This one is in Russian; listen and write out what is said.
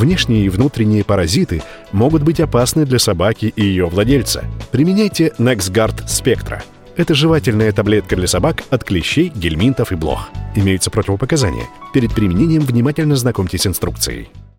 Внешние и внутренние паразиты могут быть опасны для собаки и ее владельца. Применяйте NexGard Spectra. Это жевательная таблетка для собак от клещей, гельминтов и блох. Имеются противопоказания. Перед применением внимательно знакомьтесь с инструкцией.